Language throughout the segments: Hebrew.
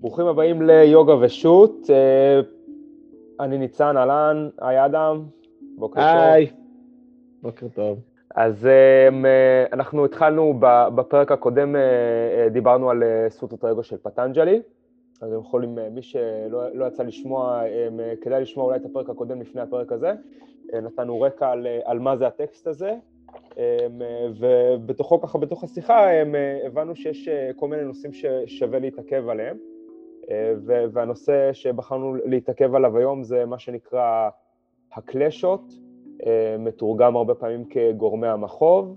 ברוכים הבאים ליוגה ושות. אני ניצן, אלן, היי אדם, בוקר טוב. היי, בוקר טוב. אז אנחנו התחלנו בפרק הקודם, דיברנו על סוטרת האגו של פטנג'לי. אז הם יכולים, מי שלא יצא לשמוע, כדאי לשמוע אולי את הפרק הקודם לפני הפרק הזה. נתנו רקע על מה זה הטקסט הזה, ובתוכו ככה, בתוך השיחה, הבנו שיש כל מיני נושאים ששווה להתעכב עליהם. והנושא שבחרנו להתעכב עליו היום זה מה שנקרא הקלשות, מתורגם הרבה פעמים כגורמי המחוב,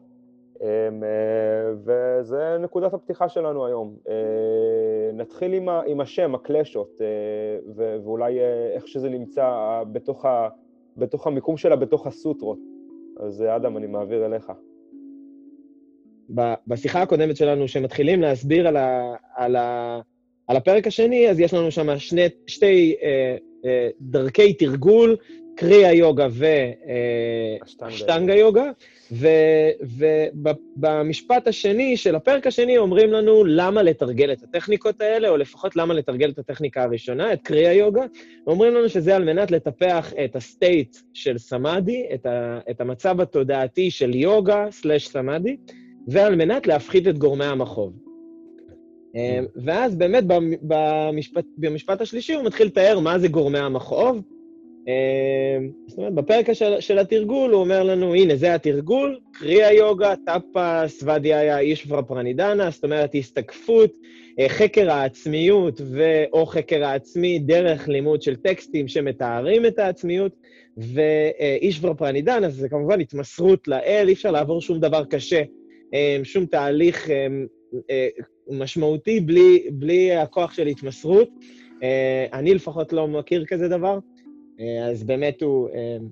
וזה נקודת הפתיחה שלנו היום. נתחיל עם השם, הקלשות, ואולי איך שזה נמצא בתוך המיקום שלה, בתוך הסוטרות. אז אדם, אני מעביר אליך. בשיחה הקודמת שלנו, שמתחילים להסביר על הפרק השני, אז יש לנו שם שתי דרכי תרגול, קריאה יוגה ואשטנגה יוגה, ובמשפט השני של הפרק השני אומרים לנו למה לתרגל את הטכניקות האלה, או לפחות למה לתרגל את הטכניקה הראשונה, את קריאה יוגה. אומרים לנו שזה על מנת לטפח את הסטייט של סמאדי, את המצב התודעתי של יוגה / סמאדי, ועל מנת להפחית את גורמי המחוב. ואז באמת במשפט השלישי הוא מתחיל לתאר מה זה גורמי המחוב. זאת אומרת, בפרק של התרגול הוא אומר לנו, הנה זה התרגול, קריאה יוגה, טאפה, סוואדייה, אישברה פרנידנה, זאת אומרת, הסתקפות, חקר העצמיות או חקר העצמי דרך לימוד של טקסטים שמתארים את העצמיות, ואישברה פרנידנה, זה כמובן התמסרות לאל, אי אפשר לעבור שום דבר קשה, שום תהליך משמעותי בלי הכוח של התמסרות. אני לפחות לא מכיר כזה דבר, אז באמת הוא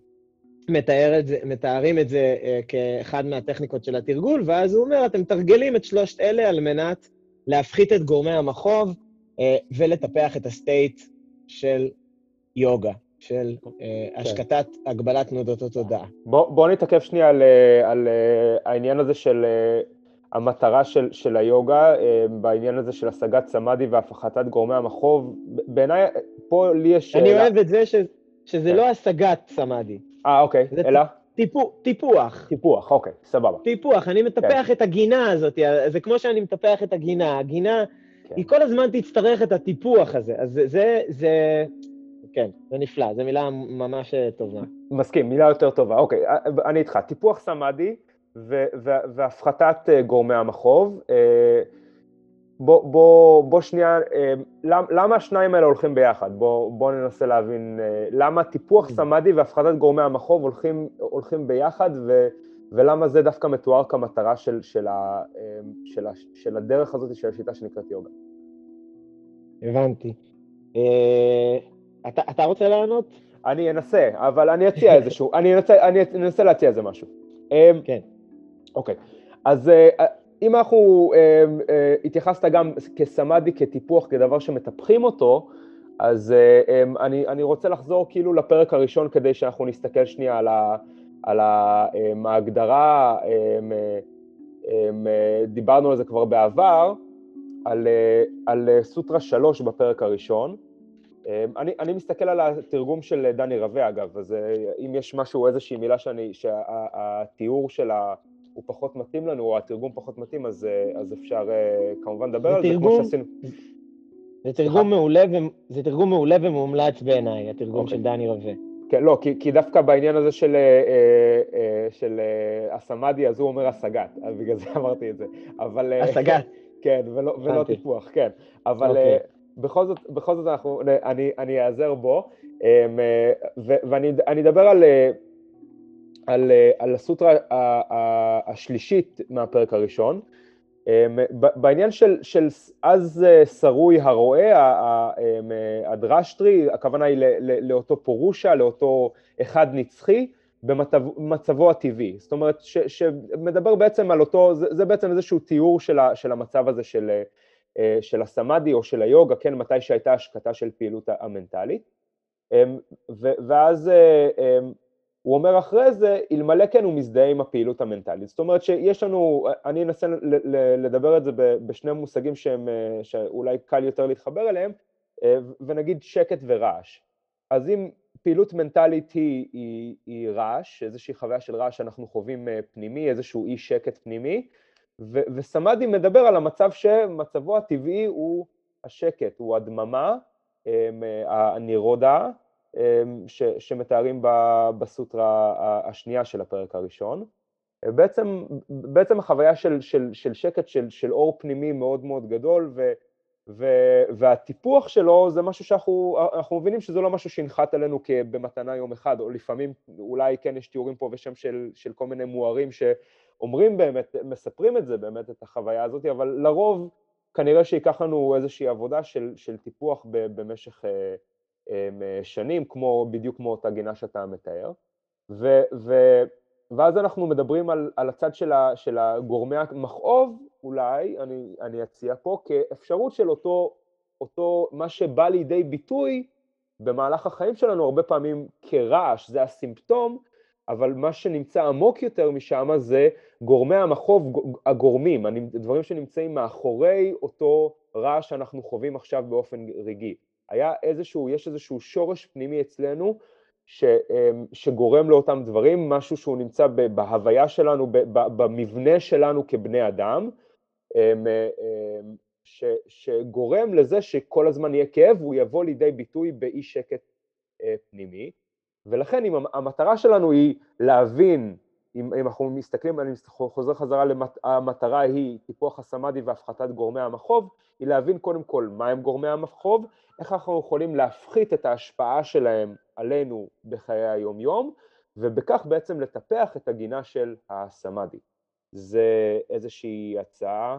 מתארים את זה כאחד מהטכניקות של התרגול, ואז הוא אומר, אתם תרגלים את שלושת אלה על מנת להפחית את גורמי המחוב ולטפח את הסטייט של יוגה, של השקטת הגבלת תנודות התודעה. בוא נתעכב שנייה על העניין הזה של המטרה של היוגה, בעניין הזה של השגת סמאדי והפחתת גורמי המחוב. בעיניי, פה לי יש שאלה. אני אוהב את זה שזה לא השגת סמאדי. אוקיי, אלא? טיפוח. טיפוח, אוקיי, סבבה. טיפוח, אני מטפח את הגינה הזאת, זה כמו שאני מטפח את הגינה. הגינה, היא כל הזמן תצטרך את הטיפוח הזה, אז זה כן, זה נפלא, זו מילה ממש טובה. מסכים, מילה יותר טובה, אוקיי, אני איתך, טיפוח סמאדי והפחתת גורמי המחוב. בוא שנייה, למה השניים האלה הולכים ביחד? בוא ננסה להבין למה טיפוח סמאדי והפחתת גורמי המחוב הולכים ביחד, ולמה זה דווקא מתואר כמטרה של הדרך הזאת, של השיטה שנקראת יוגה. הבנתי. אתה רוצה לענות? אני אנסה, אבל אני אציע איזשהו, אני אנסה להציע איזה משהו. כן. אוקיי, אז אם אנחנו התייחסת גם כסמאדי, כטיפוח, כדבר שמטפחים אותו, אז אני רוצה לחזור כאילו לפרק הראשון, כדי שאנחנו נסתכל שנייה על ההגדרה, דיברנו על זה כבר בעבר, על סוטרה 3 בפרק הראשון. אני מסתכל על התרגום של דני רווה, אגב, אז אם יש משהו, איזושהי מילה שהתיאור שלה הוא פחות מתאים לנו, או התרגום פחות מתאים, אז אפשר כמובן לדבר על זה, כמו שעשינו. זה תרגום מעולה ומומלץ בעיניי, התרגום של דני רווה. כן, לא, כי דווקא בעניין הזה של הסמאדי, אז הוא אומר השגת, אז בגלל זה אמרתי את זה. השגת. כן, ולא טיפוח, כן. אבל בכל זאת אני אעזר בו, ואני אדבר על הסוטרה השלישית מהפרק הראשון, בעניין של אז שרוי הרואה, הדרשטרי, הכוונה היא לאותו פורושה, לאותו אחד נצחי, במצבו הטבעי. זאת אומרת, שמדבר בעצם על אותו, זה בעצם איזשהו תיאור של המצב הזה של הסמאדי או של היוגה, כן, מתי שהייתה השקטה של פעילות המנטלית. ואז הוא אומר אחרי זה, אלמלא כן הוא מזדהה עם הפעילות המנטלית. זאת אומרת שיש לנו, אני אנסה לדבר את זה בשני מושגים שאולי קל יותר להתחבר אליהם, ונגיד שקט ורעש. אז אם פעילות מנטלית היא רעש, איזושהי חוויה של רעש שאנחנו חווים פנימי, איזשהו אי שקט פנימי, וסמאדי מדבר על המצב שמצבו הטבעי הוא השקט, הוא הדממה, הנירודה, שמתארים בסוטרה השנייה של הפרק הראשון. בעצם החוויה של שקט, של אור פנימי מאוד מאוד גדול, והטיפוח שלו זה משהו שאנחנו מבינים שזה לא משהו שינחת עלינו במתנה יום אחד, או לפעמים אולי כן יש תיאורים פה ושם של כל מיני מוארים שאומרים באמת, מספרים את זה באמת, את החוויה הזאת, אבל לרוב כנראה שיקח לנו איזושהי עבודה של טיפוח במשך שנים, בדיוק כמו אותה גינה שאתה מתאר, ואז אנחנו מדברים על הצד של הגורמי המכאוב, אולי, אני אציע פה, כאפשרות של אותו מה שבא לידי ביטוי במהלך החיים שלנו, הרבה פעמים כרעש, זה הסימפטום, אבל מה שנמצא עמוק יותר משם זה גורמי המכאוב, הגורמים, דברים שנמצאים מאחורי אותו רעש שאנחנו חווים עכשיו באופן רגעי. יש איזשהו שורש פנימי אצלנו, שגורם לאותם דברים, משהו שהוא נמצא בהוויה שלנו, במבנה שלנו כבני אדם, שגורם לזה שכל הזמן יהיה כאב, והוא יבוא לידי ביטוי באי שקט פנימי, ולכן אם המטרה שלנו היא להבין, אם אנחנו מסתכלים, אני חוזר חזרה המטרה היא טיפוח הסמאדי והפחתת גורמי המכאוב, היא להבין קודם כל מהם גורמי המכאוב, איך אנחנו יכולים להפחית את ההשפעה שלהם עלינו בחיי היום-יום, ובכך בעצם לטפח את הגינה של הסמאדי. זה איזושהי הצעה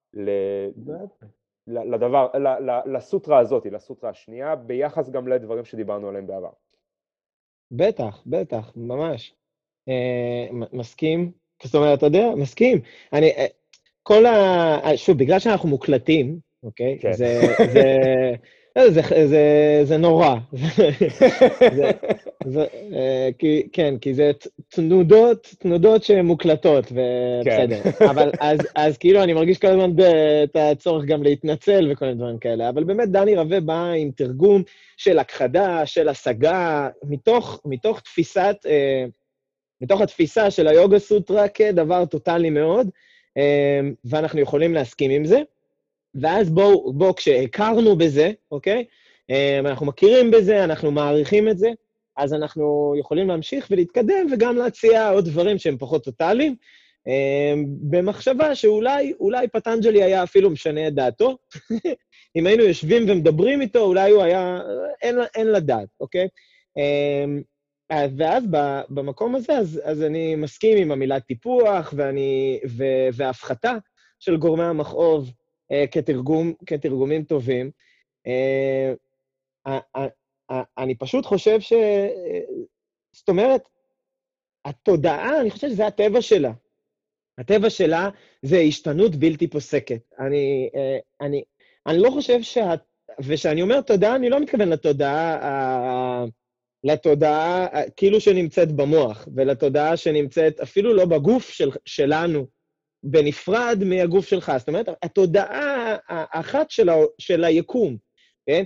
לסוטרה הזאת, לסוטרה השנייה, ביחס גם לדברים שדיברנו עליהם בעבר. בטח, ממש. מסכים? זאת אומרת, אתה יודע, מסכים. שוב, בגלל שאנחנו מוקלטים, אוקיי? כן. זה נורא. כן, כי זה תנודות שמוקלטות, ובסדר. אבל אז כאילו אני מרגיש כל הזמן את הצורך גם להתנצל וכל מיני דברים כאלה, אבל באמת דני רווה בא עם תרגום של הכחדה, של השגה, מתוך התפיסה של היוגה סוטרה כדבר טוטלי מאוד, ואנחנו יכולים להסכים עם זה. ואז בואו, כשהכרנו בזה, אוקיי? אנחנו מכירים בזה, אנחנו מעריכים את זה, אז אנחנו יכולים להמשיך ולהתקדם, וגם להציע עוד דברים שהם פחות טוטליים, במחשבה שאולי פטנג'לי היה אפילו משנה את דעתו, אם היינו יושבים ומדברים איתו, אולי הוא היה, אין לדעת, אוקיי? ואז במקום הזה, אז אני מסכים עם המילה טיפוח, וההפחתה של גורמי המכאוב, כתרגומים טובים. אני פשוט חושב זאת אומרת, התודעה, אני חושב שזה הטבע שלה. הטבע שלה זה השתנות בלתי פוסקת. אני לא חושב ושאני אומר תודעה, אני לא מתכוון לתודעה כאילו שנמצאת במוח, ולתודעה שנמצאת אפילו לא בגוף שלנו, בנפרד מהגוף שלך. זאת אומרת, התודעה האחת של היקום, כן?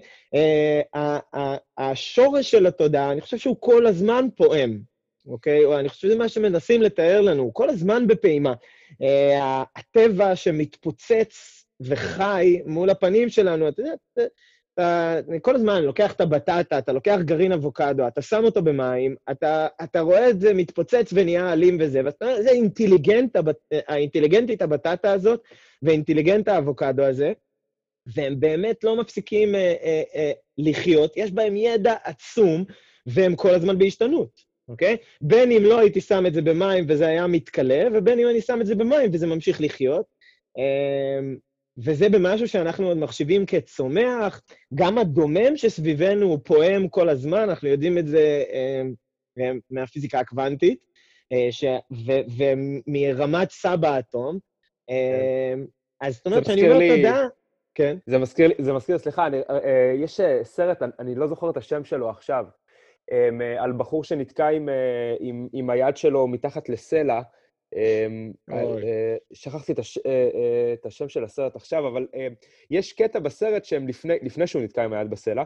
השורש של התודעה, אני חושב שהוא כל הזמן פועם, אוקיי? אני חושב שזה מה שמנסים לתאר לנו, הוא כל הזמן בפעימה. הטבע שמתפוצץ וחי מול הפנים שלנו, אתה יודע, כל הזמן לוקח את הבטטה, אתה לוקח גרעין אבוקדו, אתה שם אותו במים, אתה רואה את זה מתפוצץ ונהיה אלים וזה, זה האינטליגנטית הבטטה הזאת, והאינטליגנט האבוקדו הזה, והם באמת לא מפסיקים לחיות, יש בהם ידע עצום, והם כל הזמן בהשתנות, אוקיי? בין אם לא הייתי שם את זה במים וזה היה מתקלה, ובין אם אני שם את זה במים וזה ממשיך לחיות, וזה במשהו שאנחנו עוד מחשיבים כצומח, גם הדומם שסביבנו הוא פועם כל הזמן, אנחנו יודעים את זה מהפיזיקה הקוונטית, ומרמת סבא האטום. אז זאת אומרת שאני אומר תודה, כן. זה מזכיר, סליחה, יש סרט, אני לא זוכר את השם שלו עכשיו, על בחור שנתקע עם היד שלו מתחת לסלע. שכחתי את השם של הסרט עכשיו, אבל יש קטע בסרט שהם לפני שהוא נתקע עם היד בסלע,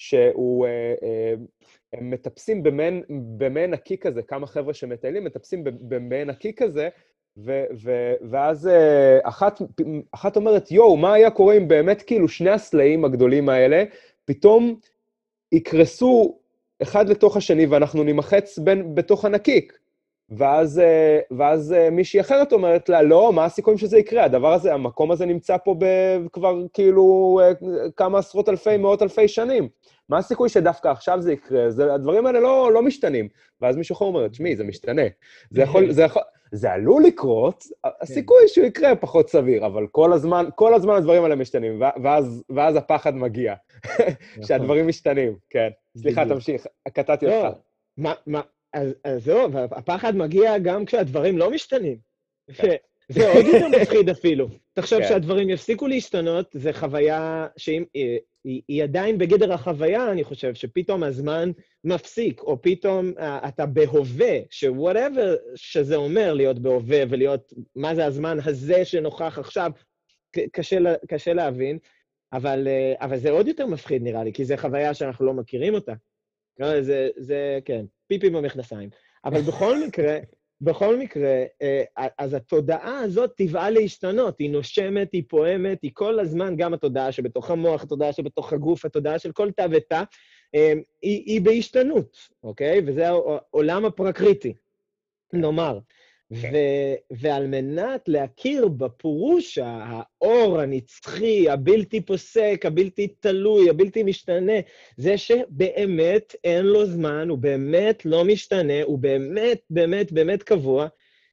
הם מטפסים במעין נקי כזה, כמה חבר'ה שמטיילים, מטפסים במעין נקי כזה, ואז אחת אומרת, יואו, מה היה קורה אם באמת כאילו שני הסלעים הגדולים האלה, פתאום יקרסו אחד לתוך השני, ואנחנו נמחץ בתוך הנקיק. ואז מישהי אחרת אומרת לה, לא, מה הסיכויים שזה יקרה? הדבר הזה, המקום הזה נמצא פה כבר כאילו כמה עשרות אלפי, מאות אלפי שנים. מה הסיכוי שדווקא עכשיו זה יקרה? הדברים האלה לא משתנים. ואז מישהו אחר אומר, תשמעי, זה משתנה. זה עלול לקרות, הסיכוי שהוא יקרה פחות סביר, אבל כל הזמן הדברים האלה משתנים, ואז הפחד מגיע, שהדברים משתנים, כן. סליחה, תמשיך, קטעתי אותך. אז זהו, הפחד מגיע גם כשהדברים לא משתנים. זה עוד יותר מפחיד אפילו. תחשוב שהדברים יפסיקו להשתנות, זה חוויה שהיא עדיין בגדר החוויה, אני חושב, שפתאום הזמן מפסיק, או פתאום אתה בהווה, ש-whatever שזה אומר להיות בהווה, ולהיות, מה זה הזמן הזה שנוכח עכשיו, קשה להבין, אבל זה עוד יותר מפחיד נראה לי, כי זה חוויה שאנחנו לא מכירים אותה. זה, כן, פיפי במכנסיים. אבל בכל מקרה, אז התודעה הזאת טבעה להשתנות, היא נושמת, היא פועמת, היא כל הזמן, גם התודעה שבתוך המוח, התודעה שבתוך הגוף, התודעה של כל תא ותא, היא בהשתנות, אוקיי? וזה העולם הפרקריטי, נאמר. ועל מנת להכיר בפירוש האור הנצחי, הבלתי פוסק, הבלתי תלוי, הבלתי משתנה, זה שבאמת אין לו זמן, הוא באמת לא משתנה, הוא באמת, באמת, באמת קבוע.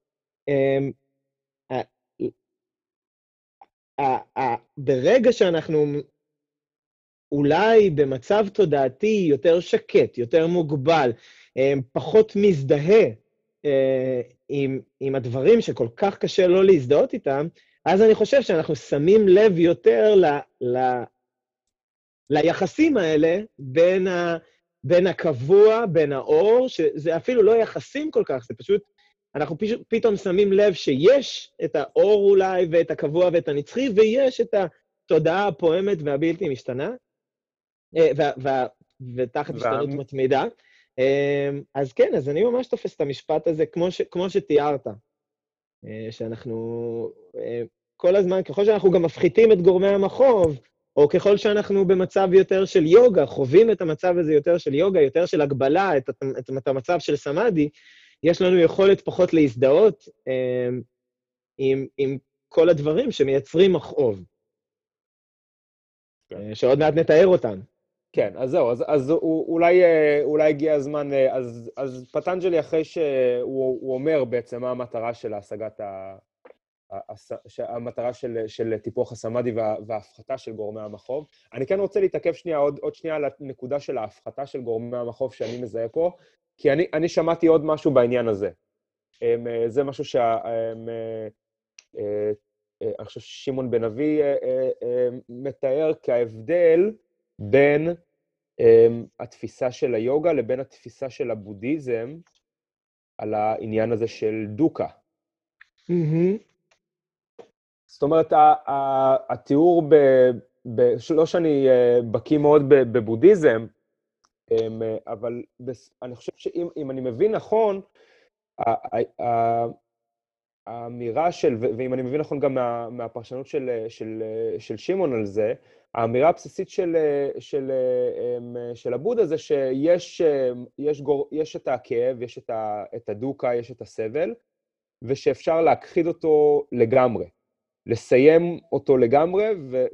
ברגע שאנחנו אולי במצב תודעתי יותר שקט, יותר מוגבל, פחות מזדהה, עם הדברים שכל כך קשה לא להזדהות איתם, אז אני חושב שאנחנו שמים לב יותר ליחסים האלה בין הקבוע, בין האור, שזה אפילו לא יחסים כל כך, זה פשוט, אנחנו פתאום שמים לב שיש את האור אולי, ואת הקבוע ואת הנצחי, ויש את התודעה הפועמת והבלתי משתנה, ותחת השתנות מתמידה. אז כן, אז אני ממש תופס את המשפט הזה כמו שתיארת, שאנחנו כל הזמן, ככל שאנחנו גם מפחיתים את גורמי המחוב, או ככל שאנחנו במצב יותר של יוגה, חווים את המצב הזה יותר של יוגה, יותר של הגבלה, את המצב של סמאדי, יש לנו יכולת פחות להזדהות עם כל הדברים שמייצרים מכאוב, שעוד מעט נתאר אותם. כן, אז זהו, אז אולי הגיע הזמן, אז פטנג'לי אחרי שהוא אומר בעצם מה המטרה של השגת, המטרה של טיפוח הסמאדי וההפחתה של גורמי המחוב. אני כן רוצה להתעכב שנייה, עוד שנייה על הנקודה של ההפחתה של גורמי המחוב שאני מזהה פה, כי אני שמעתי עוד משהו בעניין הזה. זה משהו אני חושב ששמעון בן אבי מתאר כהבדל בין התפיסה של היוגה לבין התפיסה של הבודהיזם על העניין הזה של דוקה. זאת אומרת, התיאור, לא שאני בקיא מאוד בבודהיזם, אבל אני חושב שאם אני מבין נכון, האמירה ואם אני מבין נכון גם מהפרשנות של שמעון על זה, האמירה הבסיסית של הבודה זה שיש את הכאב, יש את הדוקה, יש את הסבל, ושאפשר להכחיד אותו לגמרי, לסיים אותו לגמרי,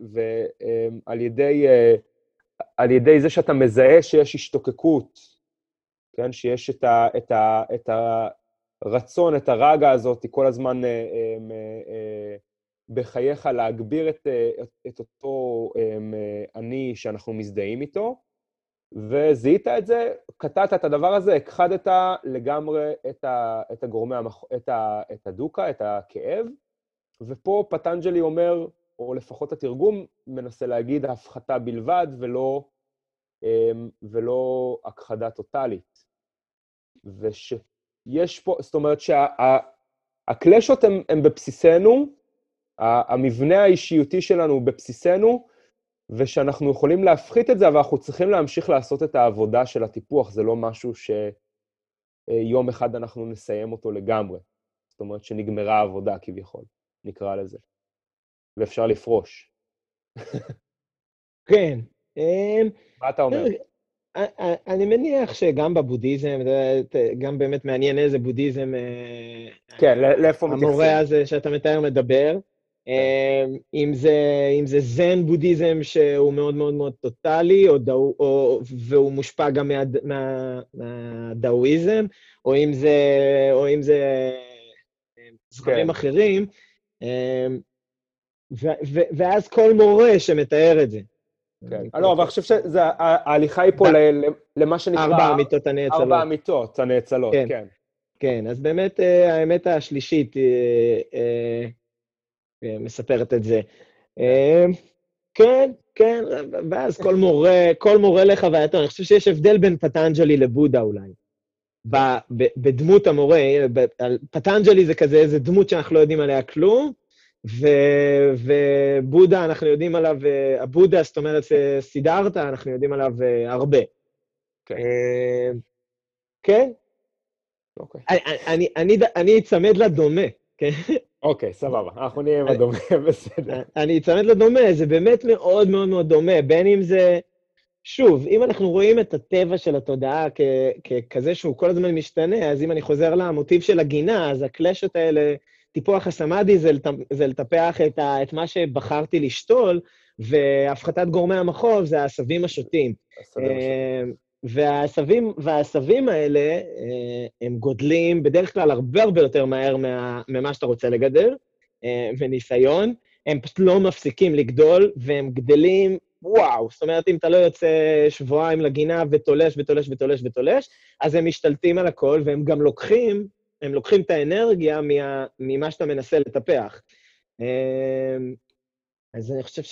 ועל ידי זה שאתה מזהה שיש השתוקקות, כן? שיש את הרצון, את הרגע הזאת, כל הזמן בחייך להגביר את אותו אני שאנחנו מזדהים איתו, וזיהית את זה, קטעת את הדבר הזה, הכחדת לגמרי את הגורמי את הדוקה, את הכאב, ופה פטנג'לי אומר, או לפחות התרגום מנסה להגיד, ההפחתה בלבד, ולא הכחדה טוטלית. ושיש פה, זאת אומרת שהקלשות הם בבסיסנו, המבנה האישיותי שלנו הוא בבסיסנו, ושאנחנו יכולים להפחית את זה, אבל אנחנו צריכים להמשיך לעשות את העבודה של הטיפוח, זה לא משהו שיום אחד אנחנו נסיים אותו לגמרי. זאת אומרת שנגמרה העבודה כביכול, נקרא לזה. ואפשר לפרוש. כן. מה אתה אומר? אני מניח שגם בבודהיזם, גם באמת מעניין איזה בודהיזם כן, לאיפה מתייחסים? המורה הזה שאתה מתאר מדבר. אם זה זן בודהיזם שהוא מאוד מאוד מאוד טוטלי, והוא מושפע גם מהדאואיזם, או אם זה זרמים אחרים, ואז כל מורה שמתאר את זה. כן, לא, אבל אני חושב שההליכה היא פה למה שנקרא 4 אמיתות הנאצלות. 4 אמיתות הנאצלות, כן. כן, אז באמת האמת השלישית מספרת את זה. כן, כן, ואז כל מורה לחווייתו, אני חושב שיש הבדל בין פטנג'לי לבודה אולי. בדמות המורה, פטנג'לי זה כזה איזה דמות שאנחנו לא יודעים עליה כלום, ובודה אנחנו יודעים עליו, הבודה, זאת אומרת סידרתה, אנחנו יודעים עליו הרבה. כן? אוקיי. אני אצמד לדומה, כן? אוקיי, סבבה, אנחנו נהיה עם הדומה, בסדר. אני אצמד לדומה, זה באמת מאוד מאוד מאוד דומה, בין אם זה, שוב, אם אנחנו רואים את הטבע של התודעה ככזה שהוא כל הזמן משתנה, אז אם אני חוזר למוטיב של הגינה, אז הקלשות האלה, טיפוח הסמאדי זה לטפח את מה שבחרתי לשתול, והפחתת גורמי המחוב זה העשבים השוטים. והעשבים האלה, הם גודלים בדרך כלל הרבה הרבה יותר מהר ממה שאתה רוצה לגדל, וניסיון, הם פשוט לא מפסיקים לגדול, והם גדלים, וואו, זאת אומרת, אם אתה לא יוצא שבועיים לגינה ותולש ותולש ותולש ותולש, אז הם משתלטים על הכל, והם גם לוקחים את האנרגיה ממה שאתה מנסה לטפח. אז אני חושב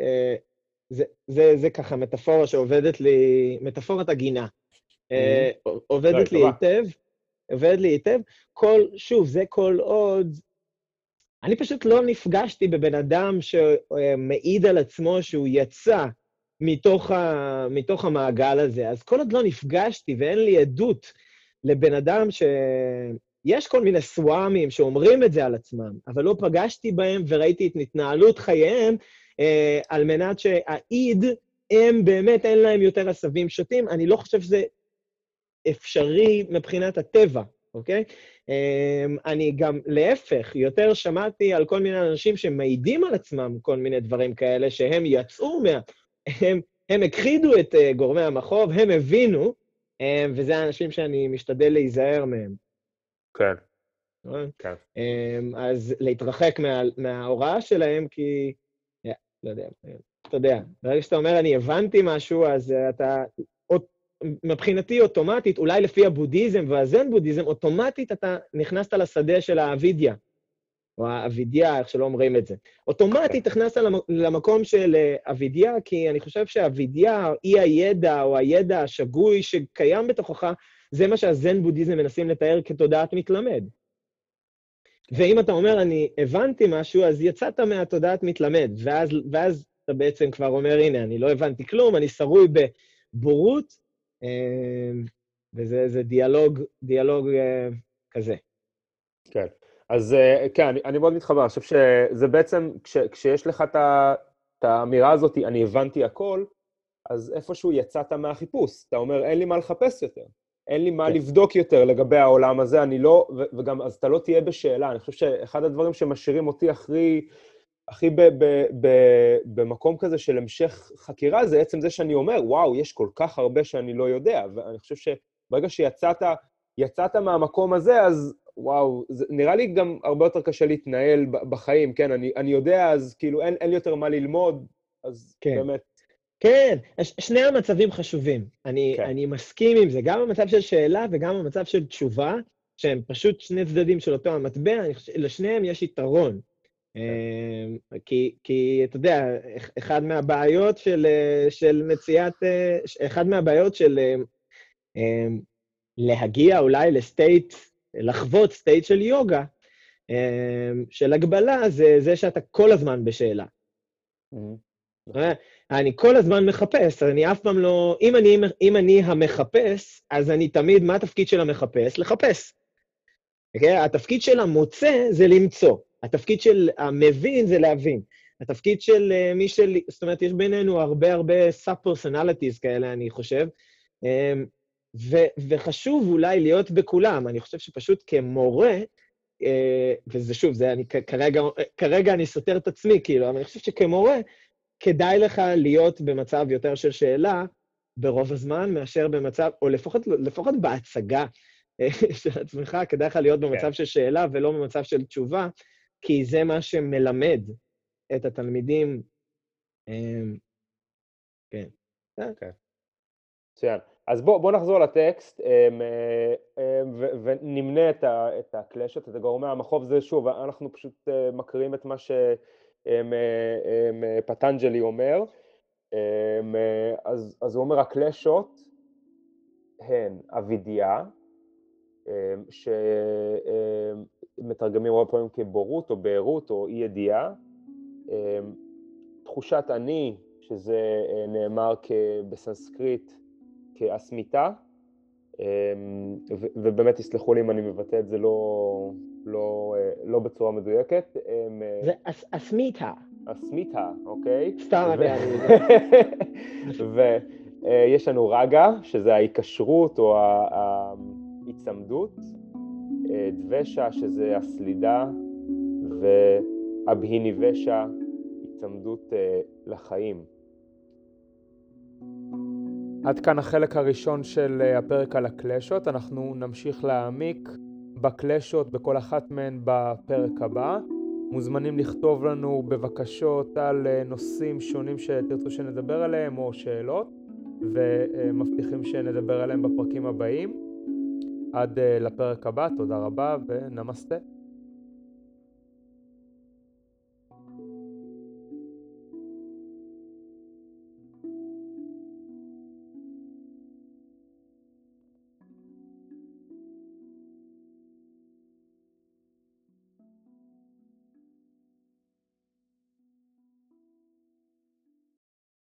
זה ככה מטאפורה שעובדת לי, מטאפורת הגינה. עובדת לי היטב. שוב, זה כל עוד, אני פשוט לא נפגשתי בבן אדם שמעיד על עצמו שהוא יצא מתוך המעגל הזה. אז כל עוד לא נפגשתי ואין לי עדות לבן אדם יש כל מיני סוואמים שאומרים את זה על עצמם, אבל לא פגשתי בהם וראיתי את התנהלות חייהם, על מנת שהעיד, הם באמת אין להם יותר עשבים שוטים, אני לא חושב שזה אפשרי מבחינת הטבע, אוקיי? אני גם להפך, יותר שמעתי על כל מיני אנשים שמעידים על עצמם כל מיני דברים כאלה, שהם יצאו הם הכחידו את גורמי המחוב, הם הבינו, וזה האנשים שאני משתדל להיזהר מהם. כן. כן. אז להתרחק מההוראה שלהם, כי, לא יודע, אתה יודע, ברגע שאתה אומר, אני הבנתי משהו, אז אתה, מבחינתי אוטומטית, אולי לפי הבודהיזם והזן בודהיזם, אוטומטית אתה נכנסת לשדה של האבידיה, או האבידיה, איך שלא אומרים את זה. אוטומטית נכנסת למקום של אבידיה, כי אני חושב שהאבידיה, אי הידע, או הידע השגוי שקיים בתוכך, זה מה שהזן בודהיזם מנסים לתאר כתודעת מתלמד. ואם אתה אומר, אני הבנתי משהו, אז יצאת מהתודעת מתלמד, ואז אתה בעצם כבר אומר, הנה, אני לא הבנתי כלום, אני שרוי בבורות, וזה דיאלוג כזה. כן, אז כן, אני מאוד מתחבר, אני חושב שזה בעצם, כשיש לך את האמירה הזאת, אני הבנתי הכל, אז איפשהו יצאת מהחיפוש, אתה אומר, אין לי מה לחפש יותר. אין לי מה לבדוק יותר לגבי העולם הזה, אני לא, וגם, אז אתה לא תהיה בשאלה. אני חושב שאחד הדברים שמשאירים אותי הכי במקום כזה של המשך חקירה, זה עצם זה שאני אומר, וואו, יש כל כך הרבה שאני לא יודע, ואני חושב שברגע שיצאת מהמקום הזה, אז וואו, נראה לי גם הרבה יותר קשה להתנהל בחיים, כן, אני יודע, אז כאילו אין לי יותר מה ללמוד, אז באמת, כן, שני המצבים חשובים. אני מסכים עם זה, גם המצב של שאלה וגם המצב של תשובה, שהם פשוט שני צדדים של אותו המטבע, לשניהם יש יתרון. כי אתה יודע, אחד מהבעיות של מציאת, אחד מהבעיות של להגיע אולי לסטייט, לחוות סטייט של יוגה, של הגבלה, זה שאתה כל הזמן בשאלה. אני כל הזמן מחפש, אני אף פעם לא, אם אני המחפש, אז אני תמיד, מה התפקיד של המחפש? לחפש. התפקיד של המוצא זה למצוא. התפקיד של המבין זה להבין. התפקיד של מי זאת אומרת, יש בינינו הרבה סאב-פרסונליטיז כאלה, אני חושב, וחשוב אולי להיות בכולם. אני חושב שפשוט כמורה, וזה שוב, כרגע אני סותר את עצמי, כאילו, אבל אני חושב שכמורה, כדאי לך להיות במצב יותר של שאלה ברוב הזמן, מאשר במצב, או לפחות בהצגה של עצמך, כדאי לך להיות במצב של שאלה ולא במצב של תשובה, כי זה מה שמלמד את התלמידים. כן. מצוין. אז בוא נחזור לטקסט, ונמנה את הקלשות, את גורמי המחוב. זה שוב, אנחנו פשוט מקריאים את מה שפטנג'לי אומר. אז הוא אומר, הקלשות הן אבידיה, שמתרגמים הרבה פעמים כבורות או בהירות או אי ידיעה, תחושת אני, שזה נאמר בסנסקריט כאסמיתה, ובאמת תסלחו לי אם אני מבטא את זה לא בצורה מדויקת. זה אסמיתה. אסמיתה, אוקיי? סתם אני ויש לנו רגע, שזה ההיקשרות או ההצמדות, דבשה, שזה הסלידה, ואבהיניבשה, הצמדות לחיים. עד כאן החלק הראשון של הפרק על הקלשות. אנחנו נמשיך להעמיק בקלשות בכל אחת מהן בפרק הבא. מוזמנים לכתוב לנו בבקשות על נושאים שונים שתרצו שנדבר עליהם או שאלות, ומבטיחים שנדבר עליהם בפרקים הבאים. עד לפרק הבא, תודה רבה ונמסטה.